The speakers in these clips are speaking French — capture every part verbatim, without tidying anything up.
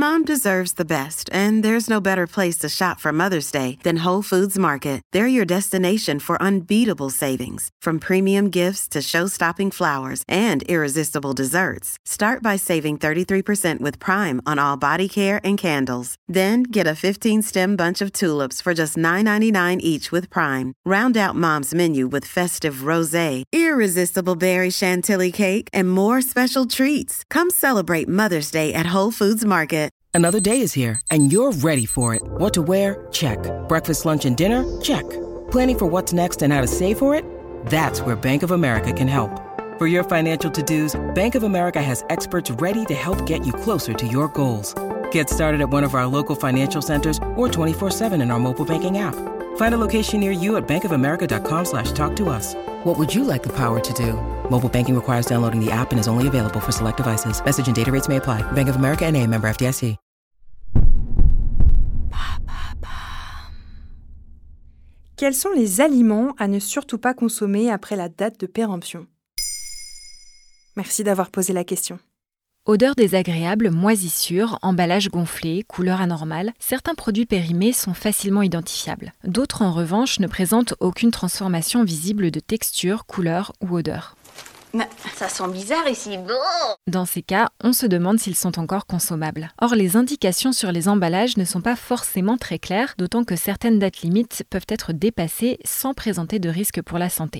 Mom deserves the best, and there's no better place to shop for Mother's Day than Whole Foods Market. They're your destination for unbeatable savings, from premium gifts to show-stopping flowers and irresistible desserts. Start by saving thirty-three percent with Prime on all body care and candles. Then get a fifteen-stem bunch of tulips for just nine ninety-nine each with Prime. Round out Mom's menu with festive rosé, irresistible berry chantilly cake, and more special treats. Come celebrate Mother's Day at Whole Foods Market. Another day is here, and you're ready for it. What to wear? Check. Breakfast, lunch, and dinner? Check. Planning for what's next and how to save for it? That's where Bank of America can help. For your financial to-dos, Bank of America has experts ready to help get you closer to your goals. Get started at one of our local financial centers or twenty-four seven in our mobile banking app. Find a location near you at bankofamerica.com slash talk to us. What would you like the power to do? Mobile banking requires downloading the app and is only available for select devices. Message and data rates may apply. Bank of America N A, member F D I C. Quels sont les aliments à ne surtout pas consommer après la date de péremption ? Merci d'avoir posé la question. Odeur désagréable, moisissure, emballage gonflé, couleur anormale, certains produits périmés sont facilement identifiables. D'autres, en revanche, ne présentent aucune transformation visible de texture, couleur ou odeur. Mais ça sent bizarre ici. Dans ces cas, on se demande s'ils sont encore consommables. Or, les indications sur les emballages ne sont pas forcément très claires, d'autant que certaines dates limites peuvent être dépassées sans présenter de risque pour la santé.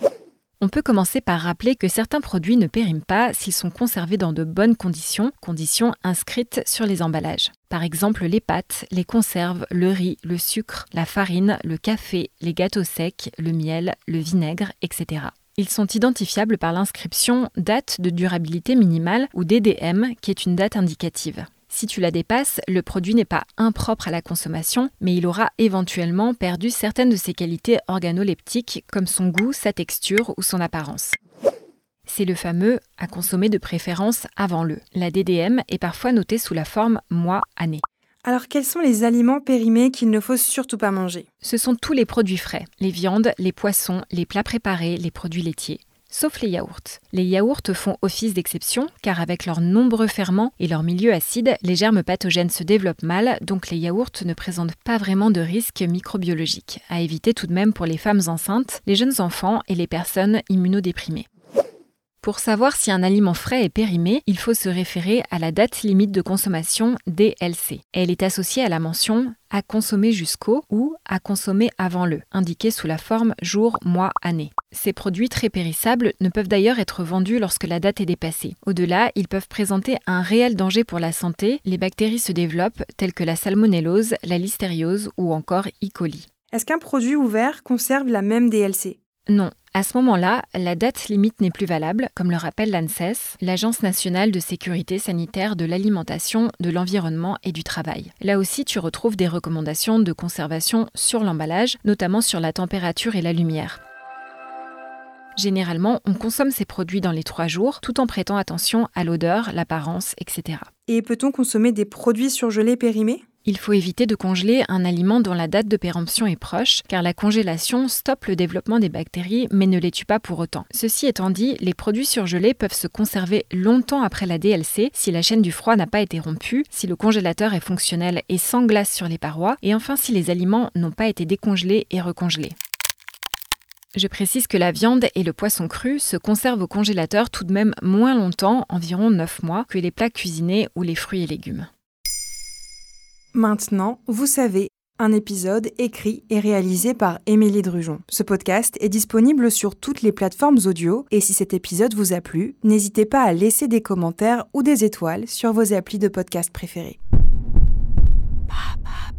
On peut commencer par rappeler que certains produits ne périment pas s'ils sont conservés dans de bonnes conditions, conditions inscrites sur les emballages. Par exemple, les pâtes, les conserves, le riz, le sucre, la farine, le café, les gâteaux secs, le miel, le vinaigre, et cetera. Ils sont identifiables par l'inscription « date de durabilité minimale » ou D D M, qui est une date indicative. Si tu la dépasses, le produit n'est pas impropre à la consommation, mais il aura éventuellement perdu certaines de ses qualités organoleptiques, comme son goût, sa texture ou son apparence. C'est le fameux « à consommer de préférence avant le ». La D D M est parfois notée sous la forme « mois-année ». Alors, quels sont les aliments périmés qu'il ne faut surtout pas manger ? Ce sont tous les produits frais, les viandes, les poissons, les plats préparés, les produits laitiers. Sauf les yaourts. Les yaourts font office d'exception, car avec leurs nombreux ferments et leur milieu acide, les germes pathogènes se développent mal, donc les yaourts ne présentent pas vraiment de risque microbiologique. À éviter tout de même pour les femmes enceintes, les jeunes enfants et les personnes immunodéprimées. Pour savoir si un aliment frais est périmé, il faut se référer à la date limite de consommation D L C. Elle est associée à la mention « à consommer jusqu'au » ou « à consommer avant le », indiquée sous la forme jour, mois, année. Ces produits très périssables ne peuvent d'ailleurs être vendus lorsque la date est dépassée. Au-delà, ils peuvent présenter un réel danger pour la santé. Les bactéries se développent, telles que la salmonellose, la listériose ou encore E. coli. Est-ce qu'un produit ouvert conserve la même D L C ? Non. À ce moment-là, la date limite n'est plus valable, comme le rappelle l'ANSES, l'Agence nationale de sécurité sanitaire de l'alimentation, de l'environnement et du travail. Là aussi, tu retrouves des recommandations de conservation sur l'emballage, notamment sur la température et la lumière. Généralement, on consomme ces produits dans les trois jours, tout en prêtant attention à l'odeur, l'apparence, et cetera. Et peut-on consommer des produits surgelés périmés ? Il faut éviter de congeler un aliment dont la date de péremption est proche, car la congélation stoppe le développement des bactéries, mais ne les tue pas pour autant. Ceci étant dit, les produits surgelés peuvent se conserver longtemps après la D L C, si la chaîne du froid n'a pas été rompue, si le congélateur est fonctionnel et sans glace sur les parois, et enfin si les aliments n'ont pas été décongelés et recongelés. Je précise que la viande et le poisson cru se conservent au congélateur tout de même moins longtemps, environ neuf mois, que les plats cuisinés ou les fruits et légumes. Maintenant, vous savez, un épisode écrit et réalisé par Émilie Drujon. Ce podcast est disponible sur toutes les plateformes audio et si cet épisode vous a plu, n'hésitez pas à laisser des commentaires ou des étoiles sur vos applis de podcast préférés. Pa, pa,